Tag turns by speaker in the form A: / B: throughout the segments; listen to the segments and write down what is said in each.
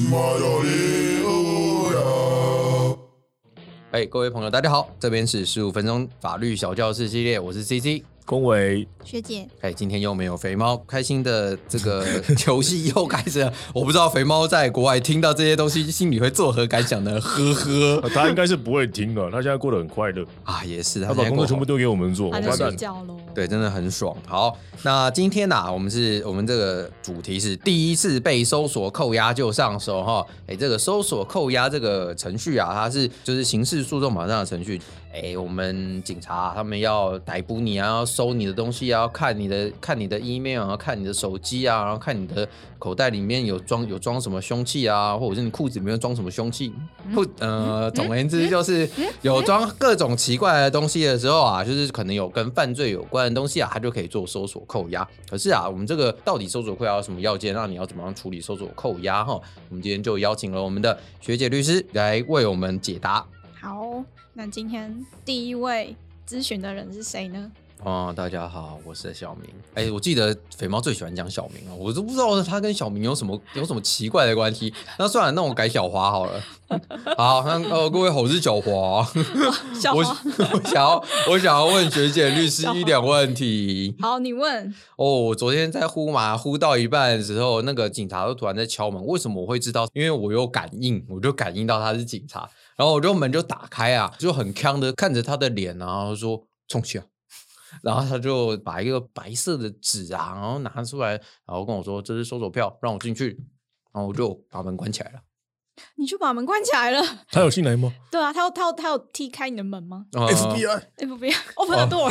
A: 各位朋友大家好，这边是15分钟法律小教室系列，我是 CC
B: 恭维
C: 学姐。
A: 今天又没有肥猫，开心的这个游戏又开始了。我不知道肥猫在国外听到这些东西心里会作何感想呢？呵呵，
B: 他应该是不会听的，他现在过得很快乐
A: 啊，也是
B: 他把工作全部丢给我们做，
C: 他就睡觉咯。
A: 对，真的很爽。好，那今天我们这个主题是第一次被搜索扣押就上手哈。这个搜索扣押这个程序啊，它是就是刑事诉讼法上的程序。我们警察他们要逮捕你啊，要搜你的东西啊，要看你的 email 啊，看你的手机啊，然后看你的口袋里面有装什么凶器啊，或者是你裤子里面装什么凶器。总而言之就是有装各种奇怪的东西的时候啊，就是可能有跟犯罪有关的东西啊，它就可以做搜索扣押。可是啊，我们这个到底搜索扣押有什么要件？那你要怎么样处理搜索扣押？我们今天就邀请了我们的学姐律师来为我们解答。
C: 好，那今天第一位咨询的人是谁呢？
A: 大家好，我是小明。我记得肥猫最喜欢讲小明我都不知道他跟小明有什么奇怪的关系。那算了，那我改小华好了。好，那各位好，我是小华。
C: 小华，
A: 我想要问学姐律师一两问题。
C: 好，你问。
A: 我昨天在呼麻呼到一半的时候，那个警察都突然在敲门。为什么我会知道？因为我有感应，我就感应到他是警察，然后我就门就打开啊，就很鏘的看着他的脸，然后说冲去啊。然后他就把一个白色的纸啊，然后拿出来，然后跟我说这是搜索票，让我进去，然后我就把门关起来了。
C: 你就把门关起来了？
B: 他有进来吗？
C: 对啊，他有踢开你的门吗
B: ？FBI
C: open the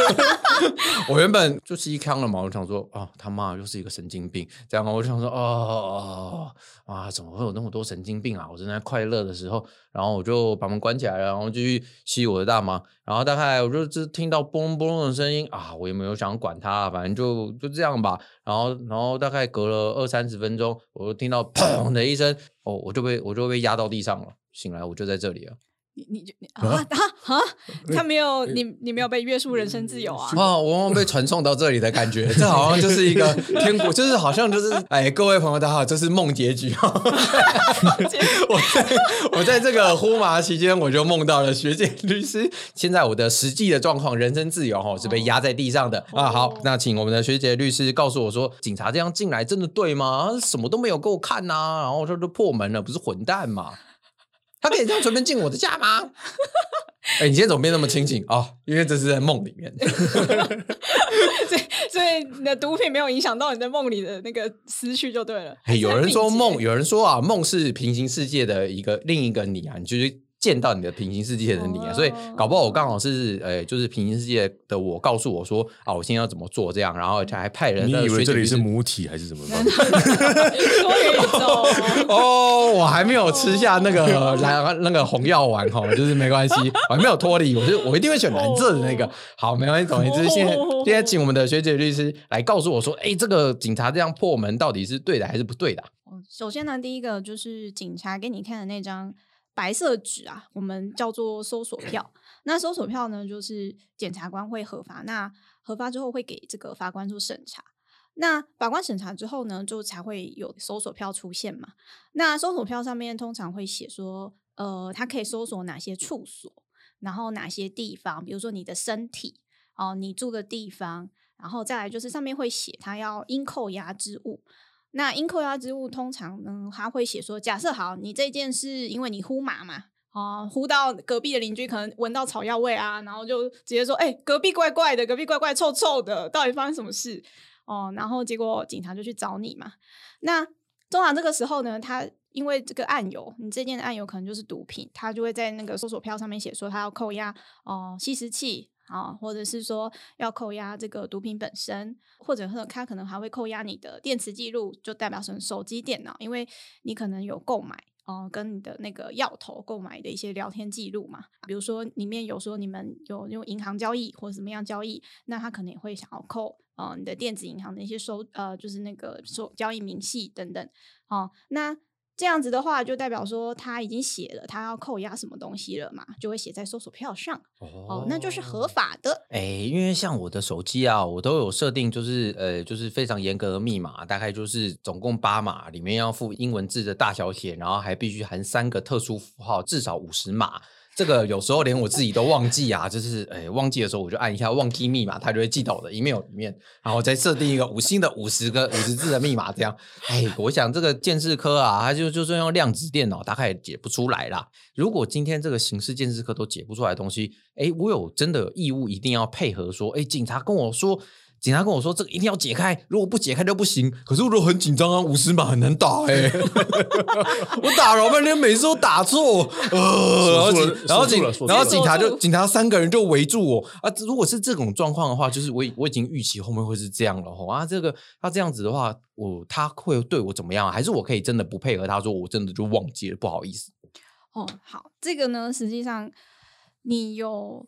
C: door。
A: 我原本就吸康了嘛，我想说他妈又是一个神经病，这样我就想说怎么会有那么多神经病啊？我正在快乐的时候，然后我就把门关起来了，然后继续吸我的大麻，然后大概我就听到嘣嘣的声音啊，我也没有想管它，反正就这样吧。然后大概隔了20-30分钟，我就听到砰的一声，我就被压到地上了，醒来我就在这里了。
C: 他没有你没有被约束人身自由啊？
A: 我好像被传送到这里的感觉，这好像就是一个天国，就是好像就是各位朋友大家好，这是梦结局。我在这个呼麻期间，我就梦到了学姐律师。现在我的实际的状况，人身自由是被压在地上的好，那请我们的学姐律师告诉我说，警察这样进来真的对吗？什么都没有给我看啊，然后他就破门了，不是混蛋吗？他可以这样随便进我的家吗？你今天怎么变那么清醒因为这是在梦里面。
C: 所以你的毒品没有影响到你在梦里的那个思绪就对了。
A: 有人说梦是平行世界的另一个你啊，你就是见到你的平行世界的你啊，所以搞不好我刚好是就是平行世界的我告诉我说我现在要怎么做这样，然后还派人。
B: 你以为这里是母体还是什么？
A: 我还没有吃下那个红药丸就是没关系，我还没有脱离，我一定会选蓝色的那个。好，没关系。总而言之，现在请我们的学姐律师来告诉我说，这个警察这样破门到底是对的还是不对的？
C: 首先呢，第一个就是警察给你看的那张白色纸啊，我们叫做搜索票。那搜索票呢，就是检察官会核发，那核发之后会给这个法官做审查。那法官审查之后呢，就才会有搜索票出现嘛。那搜索票上面通常会写说，它可以搜索哪些处所，然后哪些地方，比如说你的身体你住的地方，然后再来就是上面会写它要应扣押之物。那应扣押之物通常呢，他会写说，假设好，你这件事因为你呼麻嘛，呼到隔壁的邻居可能闻到草药味啊，然后就直接说，隔壁怪怪的，隔壁怪怪臭臭的，到底发生什么事？然后结果警察就去找你嘛。那通常这个时候呢，他因为这个案由，你这件的案由可能就是毒品，他就会在那个搜索票上面写说，他要扣押吸食器。或者是说要扣押这个毒品本身，或者他可能还会扣押你的电池记录，就代表成手机、电脑，因为你可能有购买跟你的那个药头购买的一些聊天记录嘛，比如说里面有说你们有用银行交易或者什么样交易，那他可能也会想要扣你的电子银行的一些就是那个交易明细等等那这样子的话，就代表说他已经写了他要扣押什么东西了嘛，就会写在搜索票上。那就是合法的。
A: 因为像我的手机啊，我都有设定，就是非常严格的密码，大概就是总共8码，里面要附英文字的大小写，然后还必须含3个特殊符号，至少50码。这个有时候连我自己都忘记啊，就是忘记的时候我就按一下忘记密码，它就会记到我的 email 里面，然后再设定一个新的50字的密码，这样。我想这个鉴识科啊，它就算用量子电脑，大概也解不出来啦。如果今天这个刑事鉴识科都解不出来的东西，我有真的义务一定要配合说，警察跟我说这个一定要解开，如果不解开就不行。可是我都很紧张啊，50码很难打我打了半天每次都打错，然后警察3个人就围住我啊。如果是这种状况的话，就是我已经预期后面会是这样了啊。他这样子的话，他会对我怎么样啊？还是我可以真的不配合他说我真的就忘记了，不好意思。
C: 好，这个呢，实际上你有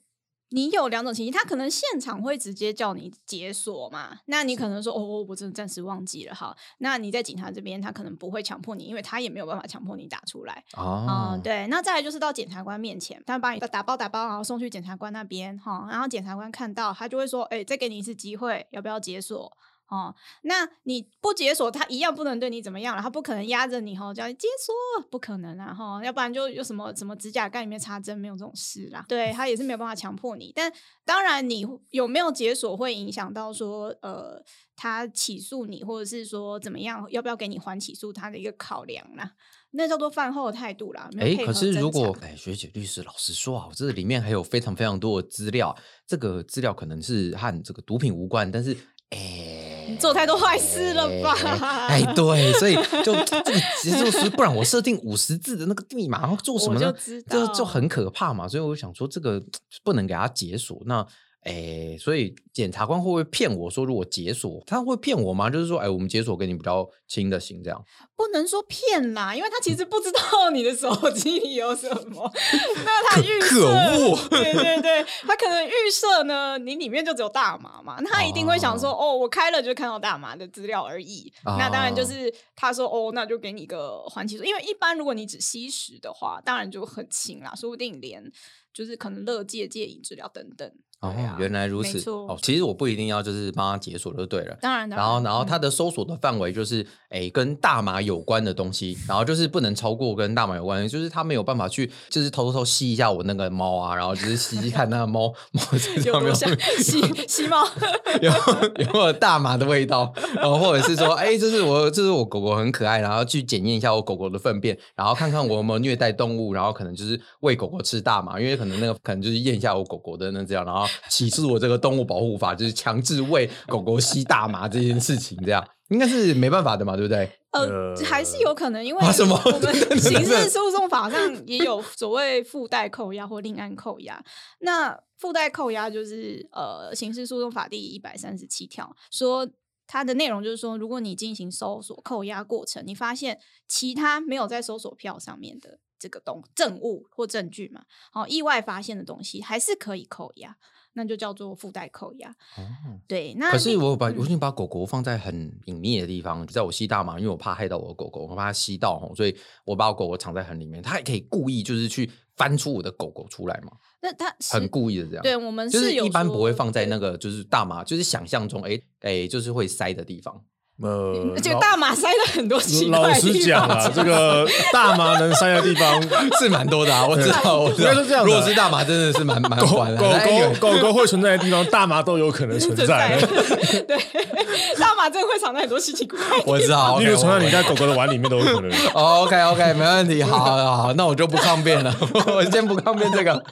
C: 2种情形，他可能现场会直接叫你解锁嘛，那你可能说我真的暂时忘记了。好，那你在警察这边他可能不会强迫你，因为他也没有办法强迫你打出来。对，那再来就是到检察官面前，他把你打包然后送去检察官那边，然后检察官看到他就会说再给你一次机会，要不要解锁？那你不解锁，他一样不能对你怎么样了，他不可能压着你叫你解锁，不可能啊要不然就有什么指甲盖里面插针，没有这种事啦。对，他也是没有办法强迫你，但当然你有没有解锁会影响到说他起诉你，或者是说怎么样，要不要给你缓起诉他的一个考量啦。那叫做饭后的态度啦。
A: 可是如果学姐律师老实说啊，这里面还有非常非常多的资料，这个资料可能是和这个毒品无关，但是
C: 你做太多坏事了吧？
A: 对，所以就这个其实就是不然我设定50字的那个密码，然后做什么呢？就很可怕嘛。所以我想说这个不能给他解锁。那所以检察官会不会骗我说如果解锁，他会骗我吗？就是说我们解锁给你比较轻的刑这样。
C: 不能说骗啦，因为他其实不知道你的手机里有什么。那他预设，
A: 可恶，
C: 对，他可能预设呢，你里面就只有大麻嘛，他一定会想说我开了就看到大麻的资料而已。那当然就是他说那就给你个缓起诉，因为一般如果你只吸食的话，当然就很轻啦，说不定连就是可能勒戒、戒瘾治疗等等。
A: 原来如此。其实我不一定要就是帮他解锁就对了。
C: 当然。
A: 然后他的搜索的范围就是跟大麻有关的东西，然后就是不能超过跟大麻有关的，就是他没有办法去就是偷吸一下我那个猫啊，然后就是吸看那个猫
C: 有没有吸猫
A: 有没有大麻的味道，然后或者是说这是我狗狗很可爱，然后去检验一下我狗狗的粪便，然后看看我有没有虐待动物，然后可能就是喂狗狗吃大麻，因为可能就是验一下我狗狗的那这样，然后起诉我这个动物保护法，就是强制喂狗狗吸大麻这件事情，这样应该是没办法的嘛，对不对？
C: 还是有可能，因为我们刑事诉讼法上也有所谓附带扣押或另案扣押。那附带扣押就是刑事诉讼法第137条说，它的内容就是说，如果你进行搜索扣押过程，你发现其他没有在搜索票上面的这个证物或证据嘛，意外发现的东西还是可以扣押，那就叫做附带扣押。对，那
A: 可是我已经把狗狗放在很隐秘的地方，在我吸大麻，因为我怕害到我的狗狗，我怕它吸到，所以我把我狗狗藏在很里面。它也可以故意就是去翻出我的狗狗出来嘛？
C: 那它
A: 很故意的这样。
C: 对，我们
A: 就是一般不会放在那个就是大麻，就是想象中就是会塞的地方。
C: 这个大麻塞了很多奇怪的地方。
B: 老实讲啊，这个大麻能塞的地方
A: 是蛮多的啊，我知道。
B: 应该是这样。
A: 如果是大麻，真的是蛮宽
B: 的。狗狗会存在的地方，大麻都有可能存在。
C: 对，大麻真的会藏在很多稀奇古怪的地方。
A: 我知道，
B: 例如藏在你家狗狗的碗里面都有可能。
A: OK， 没问题。好，那我就不抗辩了，我先不抗辩这个。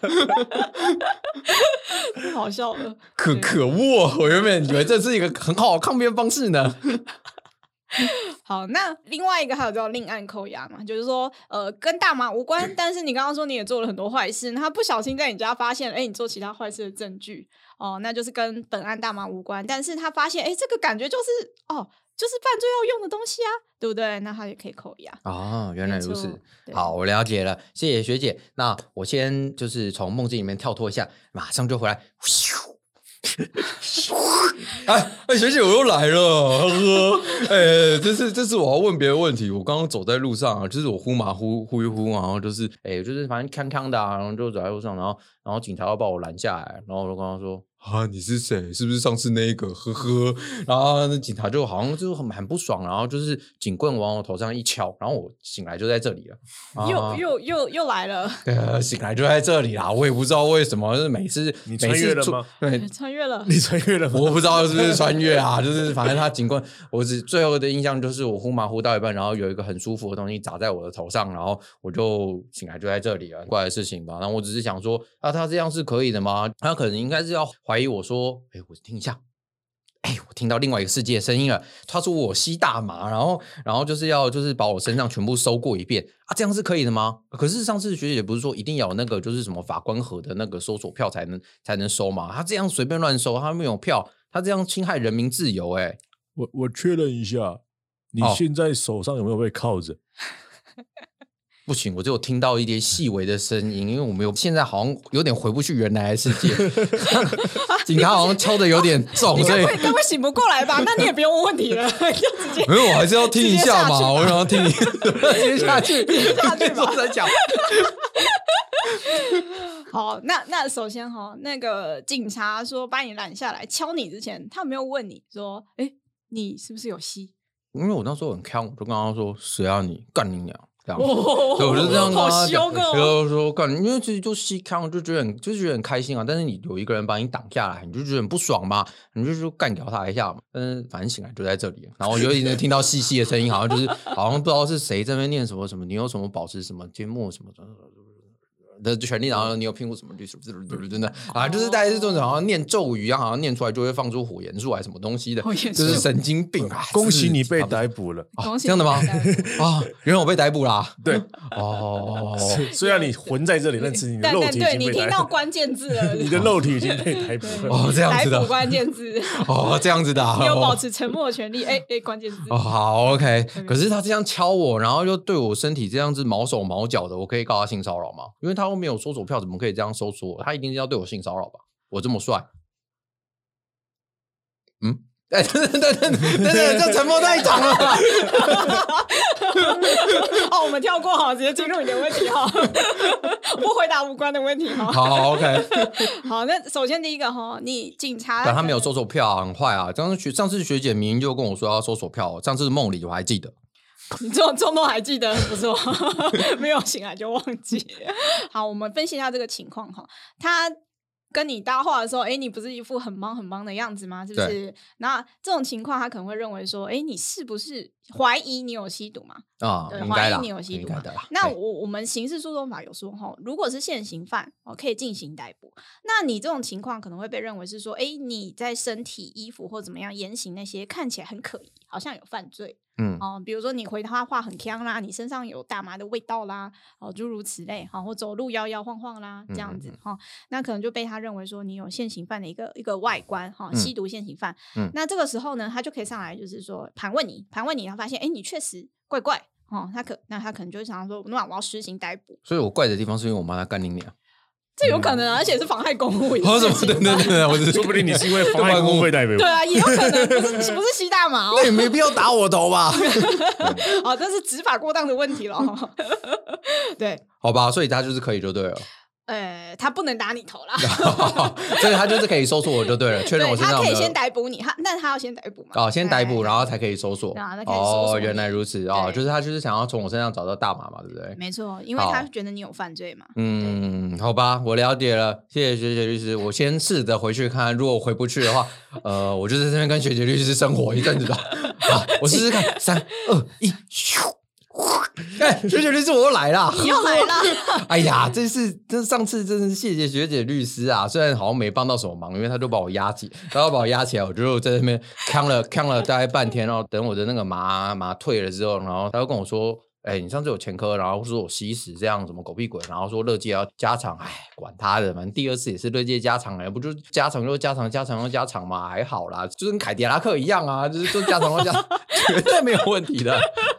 C: 太好笑了，
A: 可恶！我原本以为这是一个很好的抗辩方式呢。
C: 好，那另外一个还有叫另案扣押嘛，就是说跟大麻无关，但是你刚刚说你也做了很多坏事，那他不小心在你家发现你做其他坏事的证据那就是跟本案大麻无关，但是他发现这个感觉就是就是犯罪要用的东西啊，对不对？那他也可以扣押。
A: 原来如此。好，我了解了，谢谢学姐。那我先就是从梦境里面跳脱一下，马上就回来。 学姐我又来了，这是我要问别的问题。我刚刚走在路上啊，就是我呼马呼一呼，然后就是就是反正康康的啊，然后就走在路上，然后警察要把我拦下来，然后我就跟他说啊，你是谁？是不是上次那个？呵呵。然后那警察就好像就很不爽，然后就是警棍往我头上一敲，然后我醒来就在这里了。
C: 又来了。
A: 对，醒来就在这里啦，我也不知道为什么，就是每次
B: 你穿越了吗？
A: 对，
C: 穿越了。
B: 你穿越了吗？
A: 我不知道是不是穿越啊，就是反正他警棍，我最后的印象就是我呼麻呼到一半，然后有一个很舒服的东西砸在我的头上，然后我就醒来就在这里了，怪的事情吧。然后我只是想说，他这样是可以的吗？他可能应该是要怀疑我说，我听一下。我听到另外一个世界的声音了。他说我吸大麻，然后就是把我身上全部搜过一遍啊，这样是可以的吗？可是上次学姐不是说一定要有那个就是什么法官盒的那个搜索票才能收吗？他这样随便乱收，他没有票，他这样侵害人民自由。
B: 我确认一下，你现在手上有没有被铐着？
A: 不行，我只有听到一点细微的声音，因为我们现在好像有点回不去原来的世界。警察好像敲的有点重，所以
C: 该会醒不过来吧？那你也不用问问题了，就直接
A: 没有，我还是要听一下嘛，我想要听接下去
C: 吧。
A: 再讲。
C: 好，那首先那个警察说把你拦下来敲你之前，他没有问你说，你是不是有吸？
A: 因为我那时候很呛，我就跟他说，谁啊你，干你娘！这样，对，我就这样跟他讲，然后说干，因为其实就吸康就觉得很开心啊，但是你有一个人把你挡下来，你就觉得很不爽嘛，你就说干掉他一下嘛，反正醒来就在这里，然后我就一直听到细细的声音，好像不知道是谁在那边念什么，你有什么保持什么缄默什么的权利，然后你有聘过什么律师，真的啊，就是大概是这种好像念咒语一样，好像念出来就会放出火焰树还是什么东西的，就是神经病啊！
B: 恭喜你被逮捕了，
C: 这
A: 样的吗？啊，原来我被逮捕啦！
B: 对，虽然你魂在这里，但是你的肉体已经被逮捕。
C: 你听到关键字了，
B: 你的肉体已经被逮捕了。
A: 这样子的，
C: 逮捕关键字。
A: 这样子的，
C: 你有保持沉默的权利。关键字。
A: 好 ，OK。可是他这样敲我，然后又对我身体这样子毛手毛脚的，我可以告他性骚扰吗？因为他没有搜索票，怎么可以这样搜索我？他一定是要对我性骚扰吧？我这么帅，对，这沉默太长了吧。
C: 我们跳过直接进入你的问题不回答无关的问题
A: 好 ，OK。
C: 好，那首先第一个你警察，
A: 但他没有搜索票很坏啊。上次学姐明明就跟我说要搜索票，上次梦里我还记得。
C: 你这种都还记得，不错。没有醒来就忘记。好，我们分析一下这个情况他跟你搭话的时候，你不是一副很忙的样子吗？是不是？那这种情况，他可能会认为说，你是不是怀疑你有吸毒嘛？对，怀疑你有吸毒嘛？那我们刑事诉讼法有说，如果是现行犯，可以进行逮捕。那你这种情况可能会被认为是说，你在身体、衣服或怎么样言行那些看起来很可疑，好像有犯罪。比如说你回他话很呛啦，你身上有大麻的味道啦，诸如此类，或走路摇摇晃晃啦，这样子那可能就被他认为说你有现行犯的一个外观吸毒现行犯。那这个时候呢，他就可以上来就是说盘问你，然后发现你确实怪怪他可能就会想说，那我要施行逮捕。
A: 所以我怪的地方是因为我妈她干你娘。
C: 这有可能而且是妨害公务。
A: 什么的，我
B: 说不定你是因为妨害公务被逮捕。
C: 对啊，也有可能不是吸大麻
A: 那也没必要打我头吧？
C: 这是执法过当的问题了。对，
A: 好吧，所以他就是可以就对了。
C: 他不能打你头啦。
A: 所以他就是可以搜索我就对了，确认我身上有没有。
C: 他可以先逮捕你，但他要先逮捕嘛。
A: 先逮捕，然后才可以搜索。原来如此就是他就是想要从我身上找到大麻嘛，对不对？
C: 没错，因为他觉得你有犯罪嘛。
A: 好吧，我了解了，谢谢学姐律师。我先试着回去看，如果回不去的话，我就在这边跟学姐律师生活一阵子吧。我试试看，3、2、1，咻！学姐律师我又来了，
C: 你又来了。
A: 哎呀，上次真是谢谢学姐律师啊，虽然好像没帮到什么忙，因为他就把我压起，然后把我压起来，我就在那边扛了大概半天，然后等我的那个麻退了之后，然后他就跟我说，你上次有前科，然后说我吸食这样什么狗屁鬼，然后说勒戒要加长，管他的，反正第二次也是勒戒加长，不就加长又加长，加长又加长嘛，还好啦，就跟凯迪拉克一样啊，就是加长又加长，绝对没有问题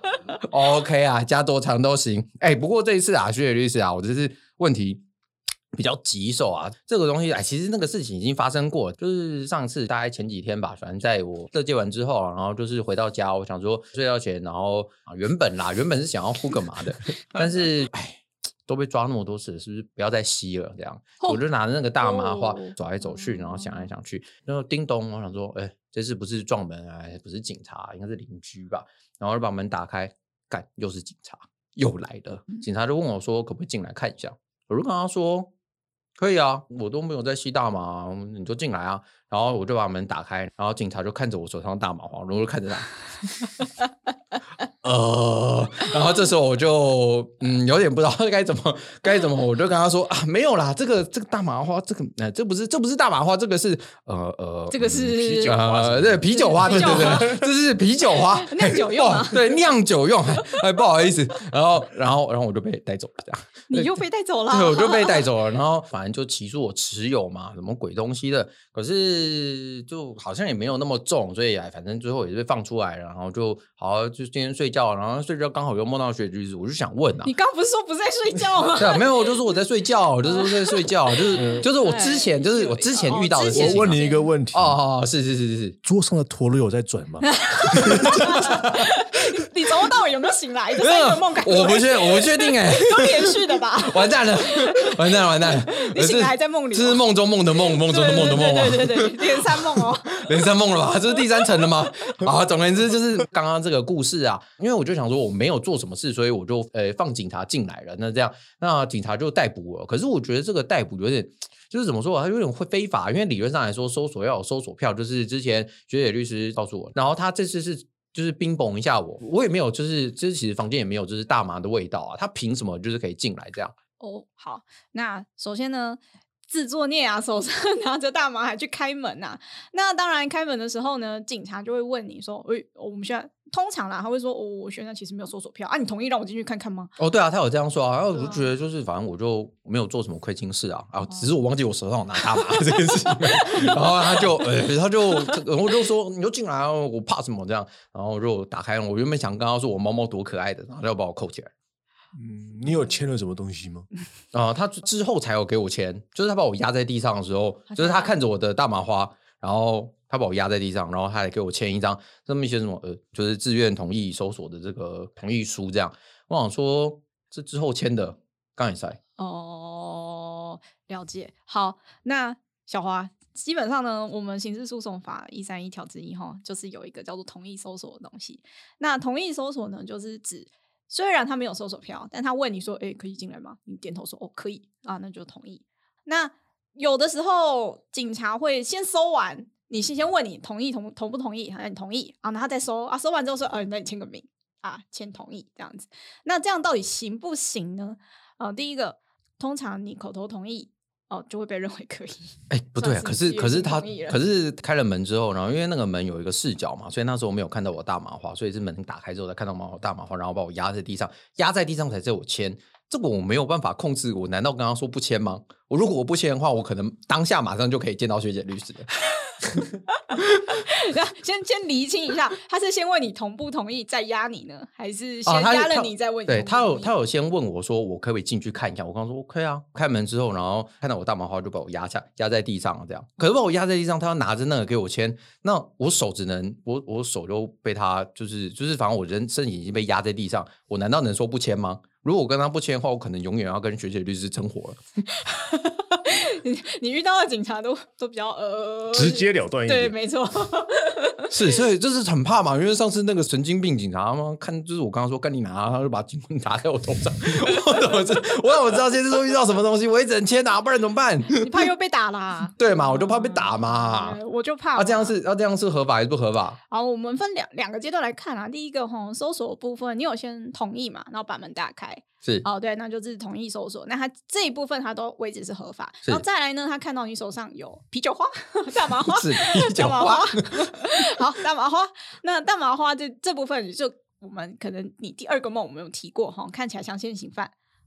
A: 的。OK 啊，加多长都行。不过这一次啊，学姐律师啊，我这次问题比较棘手啊，这个东西其实那个事情已经发生过，就是上次大概前几天吧，反正在我乐戒完之后，然后就是回到家，我想说睡觉前，然后原本是想要呼个麻的，但是都被抓那么多次，是不是不要再吸了？这样，我就拿着那个大麻花走来走去，然后想来想去，然后叮咚，我想说，这次不是撞门啊，不是警察，应该是邻居吧？然后就把门打开，干，又是警察，又来了。警察就问我说，可不可以进来看一下？我就跟他说。可以啊，我都没有在吸大麻，你就进来啊。然后我就把门打开，然后警察就看着我手上的大麻花，我就看着他，然后这时候我就有点不知道该怎么，我就跟他说啊，没有啦，这个大麻花，这不是大麻花，这个是
C: 这个是
B: 啤酒花，
A: 对，啤酒花，对，这是啤酒花，
C: 酿酒用啊，
A: 对，酿酒用，不好意思，然后我就被带走了，这样，
C: 你又被带走了，
A: 对，我就被带走了，然后反正就起诉我持有嘛，什么鬼东西的，可是就好像也没有那么重，所以反正最后也是被放出来了，然后就好就今天睡觉，然后睡觉刚好又梦到学律师，我就想问啊，
C: 你刚不是说不在睡觉吗？
A: 对啊，没有，我就说我在睡觉，我就说在睡觉，就是我之前遇到的事情。
B: 我问你一个问题
A: 是，
B: 桌上的陀螺有在转吗？
C: 你从头到尾有没有醒来？这三个梦感觉
A: 我不确定
C: 都连续的吧？
A: 完蛋了！
C: 你醒来还在梦里，
A: 这是梦中梦的梦，梦中的梦的梦啊！
C: 对，连三梦哦，
A: 连三梦了吧？这是第三层了吗？啊，总而言之就是刚刚这个故事啊，因为我就想说我没有做什么事，所以我就放警察进来了。那这样，那警察就逮捕我。可是我觉得这个逮捕有点。就是怎么说，它有点会非法，因为理论上来说，搜索要有搜索票，就是之前学姐律师告诉我，然后他这次是就是冰崩一下我也没有，就是其实房间也没有就是大麻的味道啊，他凭什么就是可以进来这样？
C: 哦，好，那首先呢，自作孽啊，手上拿着大麻还去开门啊，那当然开门的时候呢，警察就会问你说，我们现在通常啦，他会说，我现在其实没有搜索票啊，你同意让我进去看看吗？
A: 对啊，他有这样说啊，然后我就觉得就是反正我就没有做什么亏心事啊，只是我忘记我手上有拿大麻这件事情，然后他就我就说你就进来啊，我怕什么这样，然后我就打开，我原本想跟他说我猫猫多可爱的，然后他就把我扣起来。
B: 你有签了什么东西吗？
A: 他之后才有给我签，就是他把我压在地上的时候，就是他看着我的大麻花，然后他把我压在地上，然后他还给我签一张上面写什么就是自愿同意搜索的这个同意书这样。我想说这之后签的，刚也塞。
C: 了解。好，那小华。基本上呢，我们刑事诉讼法131条之一就是有一个叫做同意搜索的东西。那同意搜索呢，就是指虽然他没有搜索票，但他问你说可以进来吗？你点头说可以啊，那就同意。那有的时候警察会先搜完，你先问你同不同意，你同意啊，然后他再搜啊，搜完之后说那你签个名啊，签同意这样子。那这样到底行不行呢？第一个，通常你口头同意就会被认为可以。
A: 不对啊，可是开了门之后，然后因为那个门有一个视角嘛，所以那时候没有看到我大麻花，所以是门打开之后才看到我大麻花，然后把我压在地上才是我签。这个我没有办法控制，我难道跟他说不签吗？如果我不签的话，我可能当下马上就可以见到学姐律师的。
C: 先厘清一下，他是先问你同不同意再压你呢，还是先压了你再问你同不同意？
A: 对，他有先问我说我可不可以进去看一下，我刚说 OK 啊。开门之后，然后看到我大麻花就把我压在地上这样。可是把我压在地上，他要拿着那个给我签，那我手只能我手就被他就是反正我身体已经被压在地上，我难道能说不签吗？如果我跟他不签的话，我可能永远要跟学姐律师争活了。
C: 你遇到的警察都比较
B: 直截了当一点，
C: 对，没错。
A: 是，所以就是很怕嘛，因为上次那个神经病警察嘛，看就是我刚刚说跟你拿，他就把警棍打在我头上，我怎么知道现在都遇到什么东西？我也只能签啊，不然怎么办？
C: 你怕又被打啦？
A: 对嘛，我就怕被打嘛。
C: 我就怕。
A: 这样是合法还是不合法？
C: 好，我们分两个阶段来看啊。第一个搜索部分，你有先同意嘛，然后把门打开。
A: 是
C: 对，那就是同意搜索。那他这一部分他都位置是合法，然后再来呢，他看到你手上有啤酒花、大麻花，
A: 是啤酒花。
C: 好，大麻花。那大麻花这部分就我们可能你第二个梦我们有提过看起来像现行犯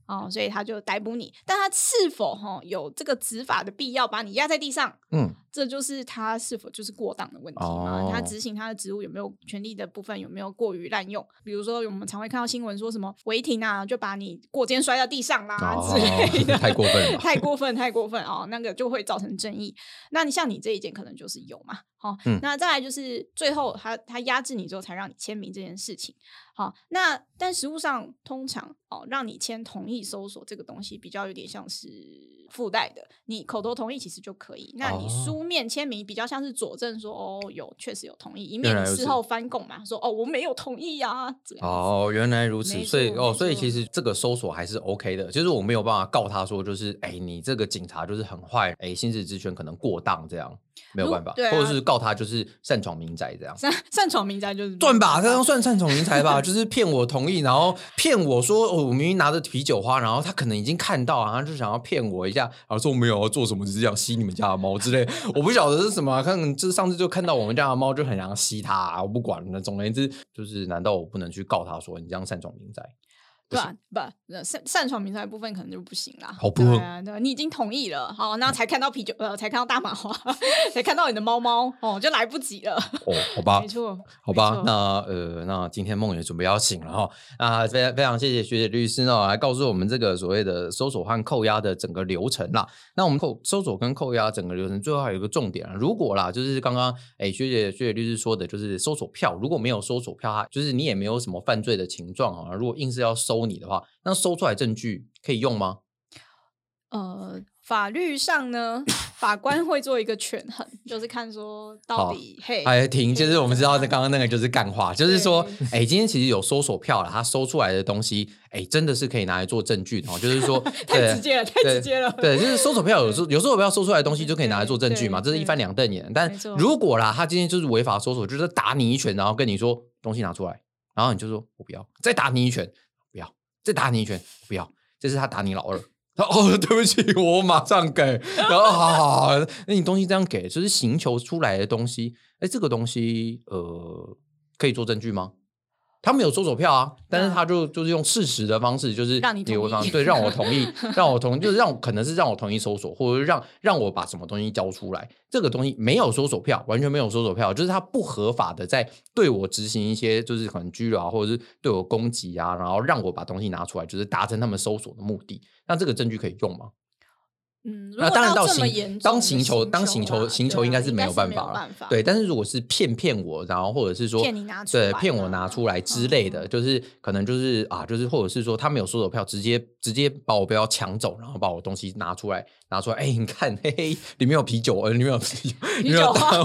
C: 所以他就逮捕你，但他是否有这个执法的必要把你压在地上？这就是他是否就是过当的问题嘛？他执行他的职务有没有权利的部分有没有过于滥用？比如说我们常会看到新闻说什么违停啊，就把你过肩摔到地上啦之类的，
A: 太过分了，
C: 太过分，太过分那个就会造成争议。那你像你这一件可能就是有嘛？那再来就是最后他压制你之后才让你签名这件事情。那但实务上通常让你签同意搜索这个东西比较有点像是附带的，你口头同意其实就可以，那你书面签名比较像是佐证说确实有同意，以免事后翻供嘛，说我没有同意啊
A: 原来如此，所以其实这个搜索还是 OK 的，就是我没有办法告他说就是你这个警察就是很坏，行使职权可能过当这样，没有办法，或者是告他就是擅闯民宅这样，
C: 擅闯民宅就是
A: 算吧，这样算擅闯民宅吧，就是骗我同意，然后骗我说我明明拿着啤酒花，然后他可能已经看到，然后就想要骗我一下，然后说我没有要做什么，只是想吸你们家的猫之类，我不晓得是什么，就是上次就看到我们家的猫就很想吸它，我不管了。总而言之，就是难道我不能去告他说你这样擅闯民宅？
C: 对啊，擅闯民宅的部分可能就不行啦。
A: 好不
C: 对，你已经同意了，那才看到啤酒，才看到大麻花，才看到你的猫猫，就来不及了。
A: 好吧，
C: 没错，
A: 好吧。那今天梦也准备要醒了哈。那非常谢谢学姐律师来告诉我们这个所谓的搜索和扣押的整个流程啦。那我们搜索跟扣押整个流程最后还有一个重点如果啦，就是刚刚学姐律师说的，就是搜索票如果没有搜索票，就是你也没有什么犯罪的情状如果硬是要收你的话，那收出来证据可以用吗？
C: 法律上呢，法官会做一个权衡，就是看说到底
A: 停，就是我们知道刚刚那个就是干话，就是说今天其实有搜索票了，他搜出来的东西真的是可以拿来做证据的就是说
C: 太直接了，太直接了。
A: 对，就是搜索票有搜索票搜出来的东西就可以拿来做证据嘛，这是一翻两瞪眼。但如果啦，他今天就是违法搜索，就是打你一拳，然后跟你说东西拿出来，然后你就说我不要，再打你一拳，不要，再打你一拳，不要，这是他打你老二。对不起，我马上给。然后好，那你东西这样给，就是刑求出来的东西，这个东西可以做证据吗？他没有搜索票但是他就是用事实的方式，就是
C: 让你同意，
A: 对，让我同意，就是可能是让我同意搜索，或者让我把什么东西交出来。这个东西没有搜索票，完全没有搜索票，就是他不合法的在对我执行一些，就是可能拘留或者是对我攻击然后让我把东西拿出来，就是达成他们搜索的目的。那这个证据可以用吗？
C: 那
A: 当然当刑求应该是没有办法了，对。但是如果是骗我，然后或者是说
C: 骗你拿出来，
A: 对，骗我拿出来之类的，就是可能就是就是或者是说他没有搜索票，直接把我不要抢走，然后把我东西拿出来，你看，嘿嘿，里面有啤酒，里面有啤酒花，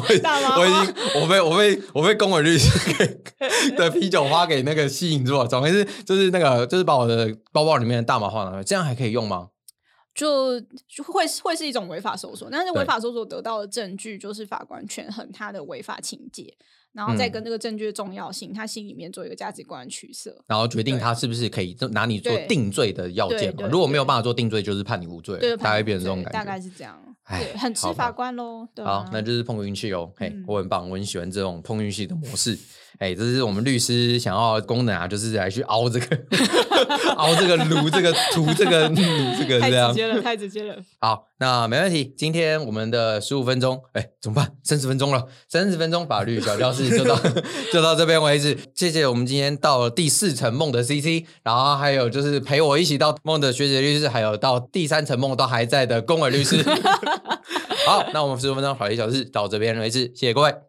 A: 我被公委律师的啤酒花给那个吸引住了，总之就是那个就是把我的包包里面的大麻花拿出来，这样还可以用吗？
C: 就会是一种违法搜索，但是违法搜索得到的证据就是法官权衡他的违法情节，然后再跟这个证据的重要性，他心里面做一个价值观的取舍，
A: 然后决定他是不是可以拿你做定罪的要件嘛。如果没有办法做定罪，就是判你无罪，大概变成这种感觉，
C: 大概是这样。对，很吃法官咯。
A: 好，那就是碰运气我很棒，我很喜欢这种碰运气的模式。这是我们律师想要的功能就是来去凹这个凹这个撸这个涂这个撸这个这样，
C: 太直接了。
A: 好，那没问题。今天我们的15分钟，怎么办？30分钟了，30分钟法律小教室就到这边为止。谢谢我们今天到了第4层梦的 CC， 然后还有就是陪我一起到梦的学姐律师，还有到第3层梦都还在的公委律师。好，那我们15分钟法律小室到这边为止，谢谢各位。